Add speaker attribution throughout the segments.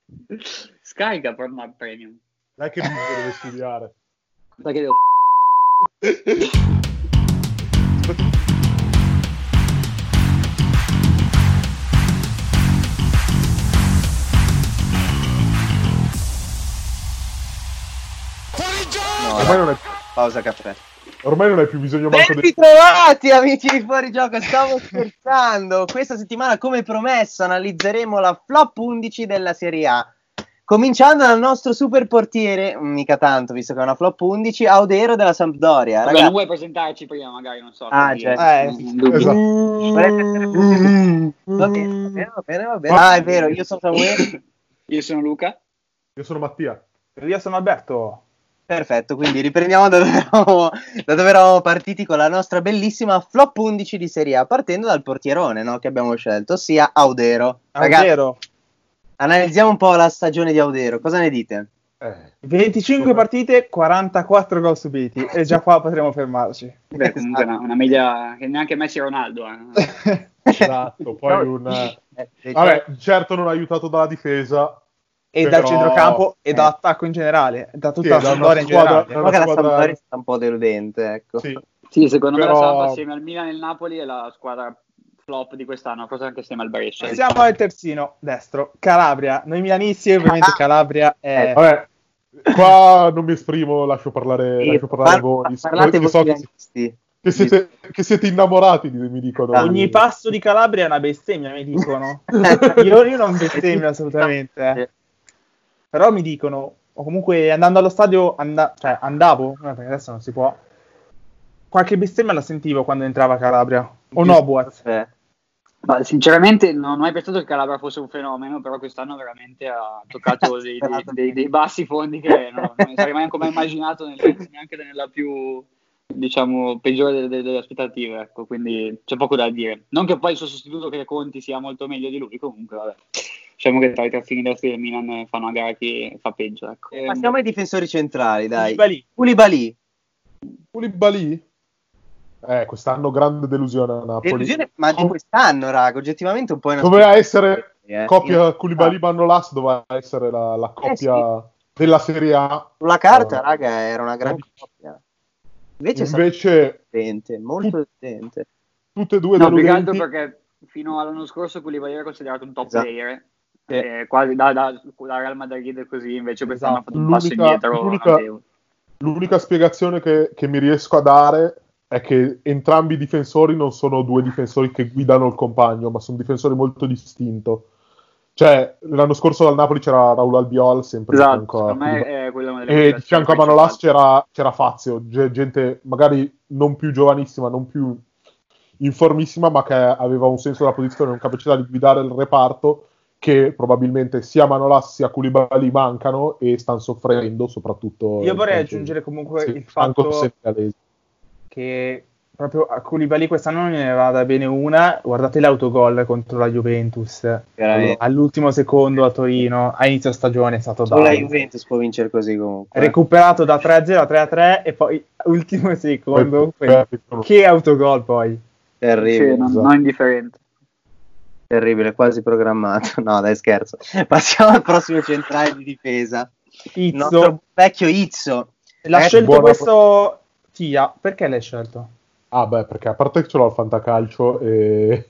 Speaker 1: Scarica Pornhub Premium.
Speaker 2: Dai che Luca deve studiare.
Speaker 1: Perché devo...
Speaker 3: No,
Speaker 2: Ormai non, è,
Speaker 3: pausa caffè.
Speaker 2: ormai non hai più bisogno manco
Speaker 3: Ben ritrovati amici di Fuori Gioco, stavo scherzando. Questa settimana, come promesso, analizzeremo la flop 11 della Serie A. Cominciando dal nostro super portiere, mica tanto visto che è una flop 11, Audero della Sampdoria.
Speaker 1: Vabbè,
Speaker 3: Ragazzi,
Speaker 1: non vuoi presentarci prima, magari, non so.
Speaker 3: Ah,
Speaker 1: così,
Speaker 3: certo.
Speaker 1: non dubbi.
Speaker 2: Esatto.
Speaker 3: volete essere più... Va bene, va bene. Ah, è vero, io sono Samuele.
Speaker 1: Io sono Luca.
Speaker 2: Io sono Mattia.
Speaker 4: Io sono Alberto.
Speaker 3: Perfetto, quindi riprendiamo da dove eravamo partiti con la nostra bellissima flop 11 di Serie A, partendo dal portierone, no, che abbiamo scelto, ossia Audero. Ragazzi,
Speaker 4: Audero.
Speaker 3: analizziamo un po' la stagione di Audero, cosa ne dite?
Speaker 4: 25 partite, 44 gol subiti e già qua potremo fermarci.
Speaker 1: Beh, comunque una media che neanche Messi e Ronaldo.
Speaker 2: Esatto, poi Vabbè, certo non aiutato dalla difesa.
Speaker 4: E
Speaker 2: Però-
Speaker 4: dal centrocampo e dall'attacco in generale, da tutta
Speaker 2: Sì,
Speaker 4: la
Speaker 2: da una
Speaker 4: Sampdoria in
Speaker 2: squadra-
Speaker 4: generale.
Speaker 2: da
Speaker 3: Diciamo che la
Speaker 2: squadra-
Speaker 3: Sampdoria è stata un po' deludente, ecco.
Speaker 2: Sì.
Speaker 1: Sì, secondo me
Speaker 2: Però-
Speaker 1: la Samp assieme al Milan e il Napoli è la squadra flop di quest'anno, forse anche assieme al Brescia.
Speaker 4: Passiamo al terzino destro, Calabria. Noi milanisti ovviamente Calabria è...
Speaker 2: Vabbè, qua non mi esprimo, lascio parlare voi.
Speaker 3: Parlate
Speaker 2: Perché
Speaker 3: voi
Speaker 2: so
Speaker 3: milanisti.
Speaker 2: che siete innamorati, mi dicono.
Speaker 4: Ogni passo di Calabria è una bestemmia, mi dicono. io non bestemmio assolutamente. Però mi dicono, o comunque andando allo stadio, andavo, perché adesso non si può, qualche bestemmia la sentivo quando entrava Calabria. O no, Boaz?
Speaker 1: Ma sinceramente non ho mai pensato che Calabria fosse un fenomeno, però quest'anno veramente ha toccato dei bassi fondi che non sarei mai immaginato neanche nella più, diciamo, peggiore delle aspettative, ecco, quindi c'è poco da dire. Non che poi il suo sostituto che Conti sia molto meglio di lui, comunque vabbè. Diciamo che tra i terzini destri del Milan fanno a gara chi fa peggio, ecco.
Speaker 3: Passiamo ai difensori centrali, dai.
Speaker 4: Koulibaly.
Speaker 3: Koulibaly.
Speaker 2: Quest'anno grande delusione a Napoli.
Speaker 3: Delusione, ma di quest'anno, raga, oggettivamente un po'
Speaker 2: Doveva essere coppia
Speaker 3: Koulibaly
Speaker 2: Koulibaly-Manolas, doveva essere la coppia della Serie A.
Speaker 3: Sulla carta, raga, era una gran coppia.
Speaker 2: Invece
Speaker 3: molto deludente.
Speaker 2: Tutte e due
Speaker 1: no, più che
Speaker 2: deludenti.
Speaker 1: altro perché fino all'anno scorso Koulibaly era considerato un top
Speaker 3: Esatto.
Speaker 1: player, quasi da Real Madrid, così invece quest'anno ha fatto un
Speaker 2: L'unica-
Speaker 1: passo indietro notevole.
Speaker 2: L'unica spiegazione che mi riesco a dare è che entrambi i difensori non sono due difensori che guidano il compagno, ma sono difensori molto distinto. Cioè, l'anno scorso dal Napoli c'era Raul Albiol, sempre di
Speaker 1: Esatto,
Speaker 2: fianco a
Speaker 1: secondo me
Speaker 2: Koulibaly.
Speaker 1: è quella una delle
Speaker 2: E di
Speaker 1: motivazioni
Speaker 2: fianco a Manolas
Speaker 1: principali.
Speaker 2: c'era Fazio, gente magari non più giovanissima, non più informissima, ma che aveva un senso della posizione, una capacità di guidare il reparto che probabilmente sia Manolas sia Koulibaly mancano e stanno soffrendo, soprattutto.
Speaker 4: Io vorrei aggiungere comunque il
Speaker 2: anche
Speaker 4: fatto
Speaker 2: senegalese.
Speaker 4: che proprio a Koulibaly quest'anno non ne va da bene una. Guardate l'autogol contro la Juventus all'ultimo secondo a Torino a inizio stagione, è stato
Speaker 3: la Juventus può vincere così comunque.
Speaker 4: Recuperato da 3-0 a 3-3 e poi ultimo secondo che autogol poi
Speaker 3: terribile,
Speaker 1: sì, non indifferente.
Speaker 3: Terribile, quasi programmato. No, dai, scherzo. Passiamo al prossimo centrale di difesa. Il nostro vecchio Izzo.
Speaker 4: L'ha scelto questo Tia, perché l'hai scelto?
Speaker 2: Ah beh, perché a parte che ce l'ho al fantacalcio e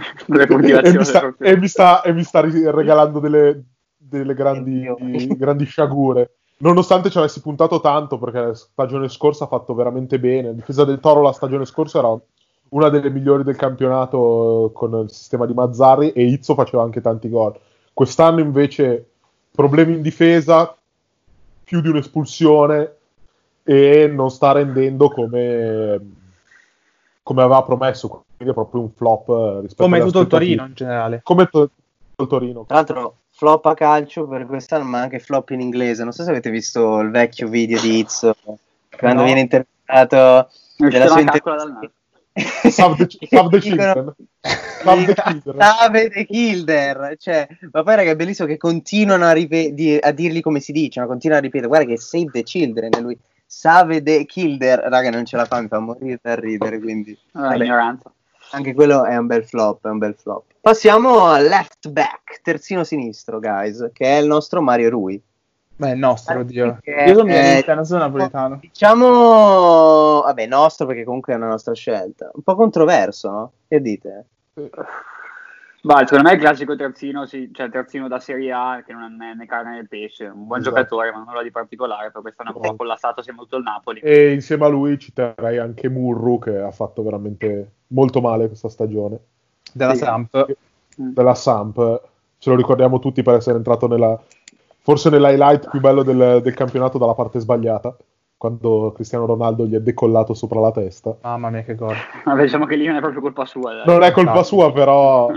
Speaker 2: mi sta regalando delle grandi sciagure. Nonostante ci avessi puntato tanto, perché la stagione scorsa ha fatto veramente bene. La difesa del Toro la stagione scorsa era una delle migliori del campionato con il sistema di Mazzarri e Izzo faceva anche tanti gol. Quest'anno invece problemi in difesa, più di un'espulsione e non sta rendendo come aveva promesso, quindi è proprio un flop rispetto
Speaker 4: come
Speaker 2: alle
Speaker 4: tutto il
Speaker 2: aspettative.
Speaker 4: Torino in generale.
Speaker 2: Come tutto il Torino.
Speaker 3: Tra l'altro flop a calcio per quest'anno, ma anche flop in inglese. Non so se avete visto il vecchio video di Izzo quando viene intervistato della sua intervista.
Speaker 2: Save the children.
Speaker 3: Save the Kilder, cioè, ma poi raga è bellissimo che continuano a dirgli come si dice, no? Continua a ripetere, guarda che Save the Children e lui Save the Kilder, raga non ce la fa, mi fa morire da ridere, quindi
Speaker 1: ignoranza.
Speaker 3: Anche quello è un bel flop, Passiamo al left back, terzino sinistro, guys, che è il nostro Mario Rui.
Speaker 4: Beh, il nostro, oddio. Io sono milanista, non sono napoletano.
Speaker 3: Diciamo, vabbè, nostro perché comunque è una nostra scelta. Un po' controverso, no? Che dite?
Speaker 1: Secondo me è il classico terzino, cioè terzino da Serie A, che non è né carne né pesce, un buon giocatore, ma nulla di particolare, per quest'anno un po' collassato sia molto il Napoli.
Speaker 2: E insieme a lui citerei anche Murru, che ha fatto veramente molto male questa stagione.
Speaker 4: Della Samp.
Speaker 2: Della Samp. Ce lo ricordiamo tutti per essere entrato forse nell'highlight più bello del campionato dalla parte sbagliata, quando Cristiano Ronaldo gli è decollato sopra la testa.
Speaker 4: Mamma mia, che gol.
Speaker 1: Vabbè, diciamo che lì non è proprio colpa sua. Dai.
Speaker 2: Non è colpa sua, però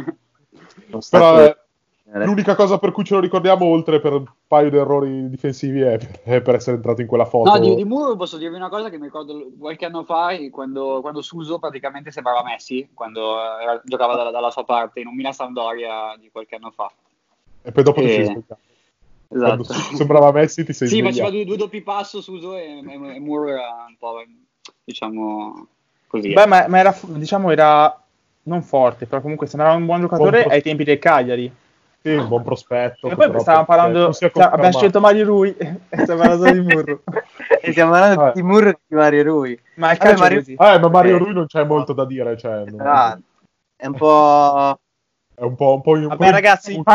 Speaker 2: l'unica cosa per cui ce lo ricordiamo, oltre per un paio di errori difensivi, è per essere entrato in quella foto.
Speaker 1: No, di Murru posso dirvi una cosa che mi ricordo qualche anno fa, quando Suso praticamente sembrava Messi, quando giocava dalla sua parte, in un Milan-Sampdoria di qualche anno fa.
Speaker 2: E poi dopo ti sei svegliato.
Speaker 1: Esatto.
Speaker 2: Quando sembrava Messi ti sei svegliato.
Speaker 1: Sì, faceva due doppi passo Suso e Murru era un po', diciamo, così.
Speaker 4: Beh, ma era, diciamo, era non forte, però comunque sembrava un buon giocatore ai tempi del Cagliari.
Speaker 2: Sì, un buon prospetto.
Speaker 4: E poi stavamo parlando, abbiamo scelto Mario Rui e stiamo parlando di Murru.
Speaker 3: E stiamo parlando di Murru e di Mario Rui.
Speaker 4: Ma il calcio è così.
Speaker 2: Ma Mario Rui non c'è molto da dire. Cioè,
Speaker 3: è un po'...
Speaker 2: È un po'...
Speaker 4: Vabbè, ragazzi, io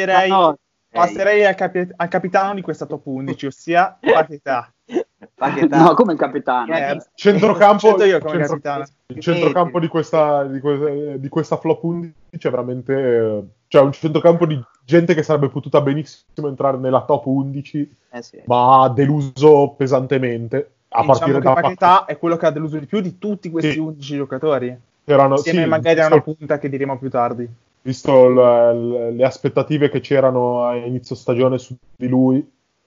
Speaker 4: passerei al capitano di questa top 11, ossia Paquetá.
Speaker 1: No, come il capitano.
Speaker 2: Centrocampo,
Speaker 4: io come capitano.
Speaker 2: Il centrocampo di questa flop 11 è veramente... Cioè, un centrocampo di gente che sarebbe potuta benissimo entrare nella top 11,
Speaker 3: sì.
Speaker 2: Ma ha deluso pesantemente. A partire
Speaker 4: da Paquetá è quello che ha deluso di più di tutti questi 11 giocatori.
Speaker 2: Insieme
Speaker 4: magari a una punta che diremo più tardi.
Speaker 2: Visto le aspettative che c'erano a inizio stagione su di lui,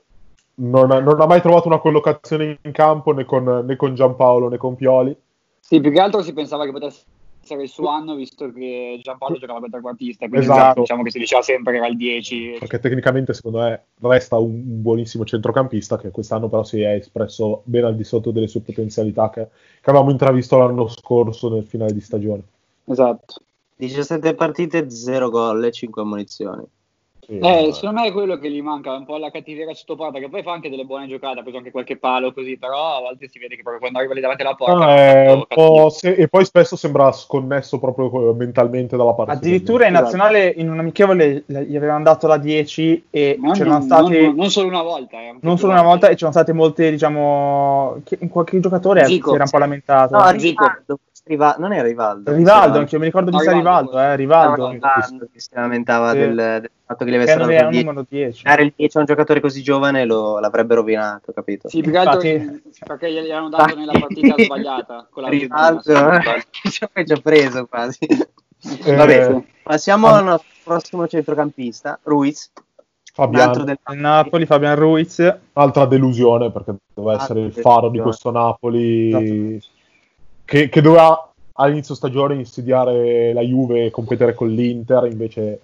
Speaker 2: non ha mai trovato una collocazione in campo né con Giampaolo né con Pioli.
Speaker 1: Sì, più che altro si pensava che potesse essere il suo anno, visto che Giampaolo giocava per trequartista, quindi diciamo che si diceva sempre che era il 10.
Speaker 2: Perché tecnicamente secondo me resta un buonissimo centrocampista, che quest'anno però si è espresso ben al di sotto delle sue potenzialità che avevamo intravisto l'anno scorso nel finale di stagione.
Speaker 1: Esatto.
Speaker 3: 17 partite, 0 gol e 5 ammonizioni.
Speaker 1: Sì, secondo me è quello che gli manca, un po' la cattiveria sotto porta, che poi fa anche delle buone giocate, ha preso anche qualche palo così, però a volte si vede che proprio quando arriva lì davanti alla porta
Speaker 2: e poi spesso sembra sconnesso proprio mentalmente dalla parte.
Speaker 4: Addirittura in nazionale, in un amichevole, gli avevano dato la 10 e c'erano stati
Speaker 1: non solo una volta,
Speaker 4: non solo una volta, e c'erano state molte, diciamo, qualche giocatore si era un po' lamentato.
Speaker 3: No, non era Rivaldo.
Speaker 4: Rivaldo, anche io mi ricordo di Rivaldo.
Speaker 3: Che si lamentava del fatto che gli
Speaker 4: avessero dato il numero 10.
Speaker 3: Dare il 10 a un giocatore così giovane l'avrebbe rovinato, capito?
Speaker 1: Sì, più che altro perché gli hanno dato nella partita sbagliata con la
Speaker 3: Rivaldo ci ho preso quasi. Vabbè, passiamo al nostro prossimo centrocampista, Ruiz.
Speaker 2: Del
Speaker 4: Napoli, Fabian Ruiz.
Speaker 2: Altra delusione, perché doveva essere il faro di questo Napoli, esatto. che doveva all'inizio stagione insidiare la Juve e competere con l'Inter, invece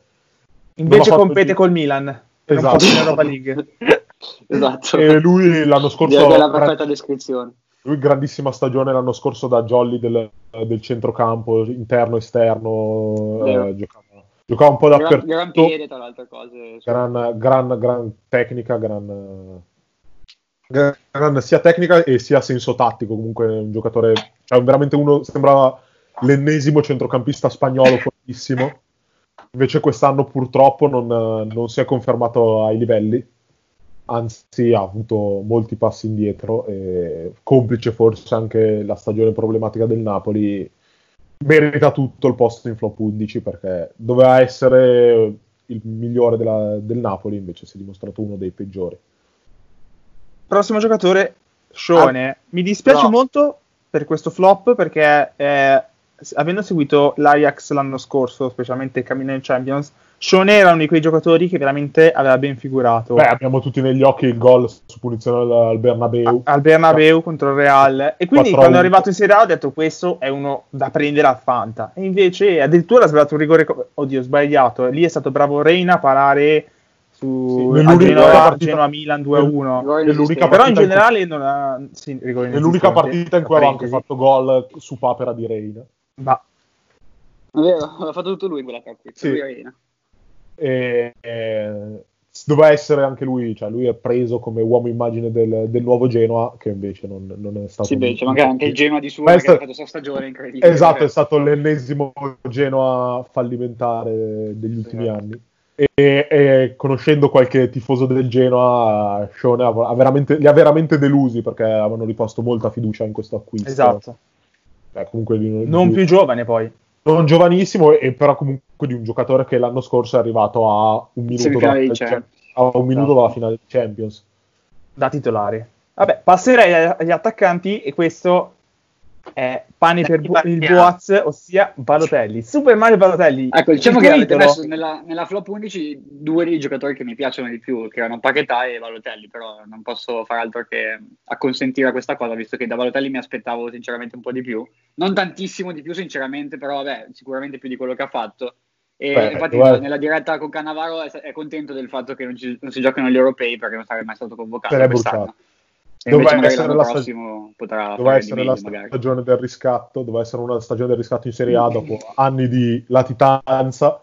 Speaker 4: compete col Milan,
Speaker 2: esatto.
Speaker 4: In Europa League.
Speaker 1: Esatto.
Speaker 2: E lui l'anno scorso
Speaker 1: è la perfetta descrizione.
Speaker 2: Lui grandissima stagione l'anno scorso da jolly del centrocampo, interno, esterno, giocava un po' dappertutto.
Speaker 1: Gran piede, tra le altre cose.
Speaker 2: Gran tecnica, sia tecnica e sia senso tattico. Comunque un giocatore, cioè veramente sembrava l'ennesimo centrocampista spagnolo fortissimo. Invece quest'anno purtroppo non si è confermato ai livelli, anzi ha avuto molti passi indietro, e complice forse anche la stagione problematica del Napoli, merita tutto il posto in flop 11, perché doveva essere il migliore del Napoli, invece si è dimostrato uno dei peggiori.
Speaker 4: Prossimo giocatore, Shone. Mi dispiace molto per questo flop, perché avendo seguito l'Ajax l'anno scorso, specialmente il cammino in Champions, Shone era uno di quei giocatori che veramente aveva ben figurato.
Speaker 2: Abbiamo tutti negli occhi il gol su punizione al Bernabeu.
Speaker 4: Al Bernabeu contro il Real. E quindi quando è arrivato in Serie A ho detto questo è uno da prendere al Fanta. E invece addirittura ha sbagliato un rigore, sbagliato. Lì è stato bravo Reina a parare su Genoa Milan 2-1. Però in generale non ha
Speaker 2: rigore. È l'unica partita in cui aveva anche fatto gol su papera di Reina.
Speaker 1: È vero, l'ha fatto tutto lui quella partita.
Speaker 2: Sì.
Speaker 1: Lui
Speaker 2: Doveva essere anche lui, cioè lui è preso come uomo immagine del nuovo Genoa, che invece non è stato.
Speaker 1: Sì, beh, c'è magari anche il Genoa di suo che ha fatto questa stagione incredibile.
Speaker 2: Esatto, è stato l'ennesimo Genoa fallimentare degli ultimi anni. E conoscendo qualche tifoso del Genoa, Sean li ha veramente delusi, perché avevano riposto molta fiducia in questo acquisto.
Speaker 4: Esatto.
Speaker 2: Comunque
Speaker 4: non più giovane poi.
Speaker 2: Non giovanissimo, però comunque di un giocatore che l'anno scorso è arrivato a un minuto dalla finale di Champions.
Speaker 4: Da titolare. Vabbè, passerei agli attaccanti, e questo è pane per il Boaz, ossia Balotelli. Super Mario Balotelli.
Speaker 1: Ecco, diciamo che avete messo nella flop 11 due dei giocatori che mi piacciono di più, che erano Paquetá e Balotelli, però non posso fare altro che acconsentire a questa cosa, visto che da Balotelli mi aspettavo sinceramente un po' di più. Non tantissimo di più sinceramente, però vabbè, sicuramente più di quello che ha fatto. E infatti nella diretta con Cannavaro è contento del fatto che non si giocano gli europei, perché non sarebbe mai stato convocato quest'anno.
Speaker 2: Doveva essere la
Speaker 1: stagione
Speaker 2: del riscatto, doveva essere una stagione del riscatto in Serie A dopo anni di latitanza,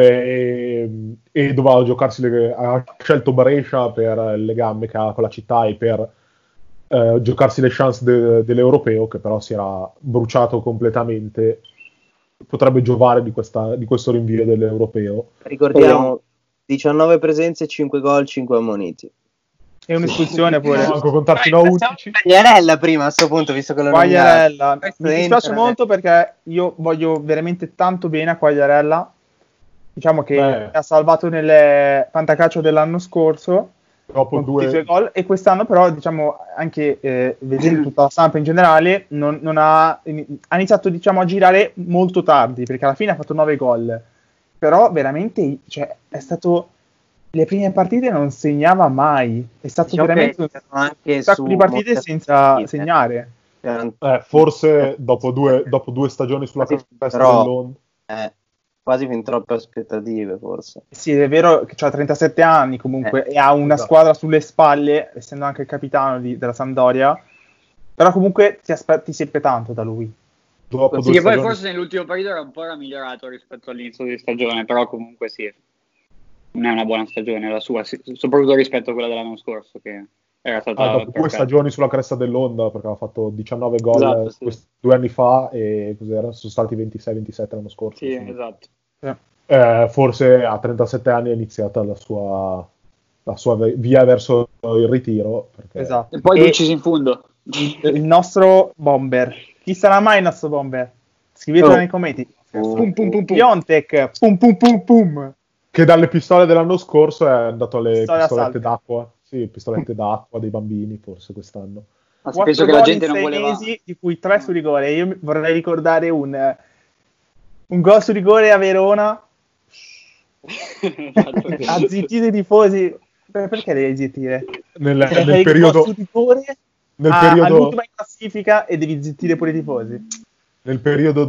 Speaker 2: e doveva giocarsi ha scelto Brescia per il legame che ha con la città e per giocarsi le chance dell'europeo, che però si era bruciato completamente. Potrebbe giovare di questo rinvio dell'europeo.
Speaker 3: Ricordiamo 19 presenze, 5 gol, 5 ammoniti.
Speaker 4: E un'espulsione pure.
Speaker 2: Manco contarti no 11.
Speaker 3: Quagliarella prima a questo punto, visto che lo
Speaker 4: Quagliarella. Mi dispiace molto, perché io voglio veramente tanto bene a Quagliarella. Diciamo che ha salvato nel fantacalcio dell'anno scorso
Speaker 2: dopo
Speaker 4: con i suoi gol, e quest'anno però, diciamo, anche vedendo tutta la stampa in generale, non ha iniziato, diciamo, a girare molto tardi, perché alla fine ha fatto 9 gol. Però veramente, cioè, è stato... Le prime partite non segnava mai, è stato veramente un sacco di partite senza segnare.
Speaker 2: Forse dopo due stagioni sulla cresta dell'onda.
Speaker 3: Quasi fin troppe aspettative, forse.
Speaker 4: Sì, è vero che ha 37 anni comunque, e ha una squadra sulle spalle, essendo anche il capitano della Sampdoria, però comunque ti aspetti sempre tanto da lui.
Speaker 1: Sì, che poi forse nell'ultimo periodo era migliorato rispetto all'inizio di stagione, però comunque sì, non è una buona stagione la sua, soprattutto rispetto a quella dell'anno scorso, che era stata
Speaker 2: dopo 2 stagioni sulla cresta dell'onda, perché aveva fatto 19 gol 2 anni fa, e cos'era? Sono stati 26-27 l'anno scorso.
Speaker 1: Sì, esatto.
Speaker 2: Forse a 37 anni è iniziata la sua via verso il ritiro, perché...
Speaker 1: Esatto. E poi uccisi in fondo
Speaker 4: il nostro bomber. Chi sarà mai il nostro bomber? Scrivetelo nei commenti. Piontek, pum pum pum pum.
Speaker 2: Che dalle pistole dell'anno scorso è andato alle pistolette d'acqua. Sì, pistolette d'acqua dei bambini, forse quest'anno.
Speaker 1: Ma penso che la gente non voleva...
Speaker 4: mesi, di cui 3 su rigore. Io vorrei ricordare un gol su rigore a Verona. Ha zittito i tifosi. Perché devi zittire?
Speaker 2: Nel periodo...
Speaker 4: Su rigore, all'ultima in classifica, e devi zittire pure i tifosi.
Speaker 2: Nel periodo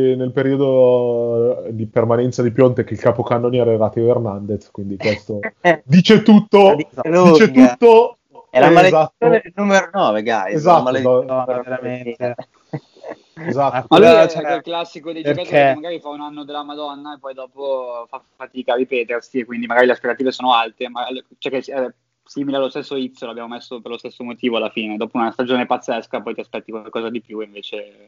Speaker 2: di permanenza di Piontek, il capocannoniere era Teo Hernandez, quindi questo dice tutto. Dice tutto.
Speaker 3: È la maledizione del numero 9, guys.
Speaker 2: Esatto,
Speaker 4: veramente.
Speaker 2: Esatto.
Speaker 1: Ma lui è il classico dei giocatori che magari fa un anno della Madonna e poi dopo fa fatica a ripetersi, e quindi magari le aspettative sono alte, ma cioè che è simile allo stesso Izzo, l'abbiamo messo per lo stesso motivo alla fine. Dopo una stagione pazzesca poi ti aspetti qualcosa di più, invece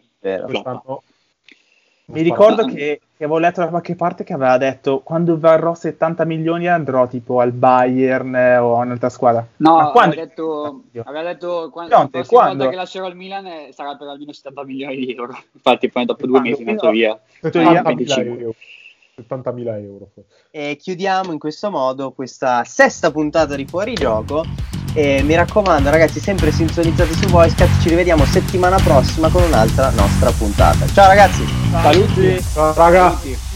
Speaker 4: mi ricordo che avevo letto da qualche parte che aveva detto: quando varrò 70 milioni andrò tipo al Bayern o a un'altra squadra.
Speaker 1: No, aveva detto quando volta che lascerò il Milan sarà per almeno 70 milioni di euro. Infatti poi dopo 2 mesi è andato via.
Speaker 2: 70.000 euro.
Speaker 3: E chiudiamo in questo modo questa 6ª puntata di Fuorigioco. E mi raccomando, ragazzi, sempre sintonizzati su Voicecat. Ci rivediamo settimana prossima con un'altra nostra puntata. Ciao ragazzi.
Speaker 1: Saluti.
Speaker 2: Ciao ragazzi.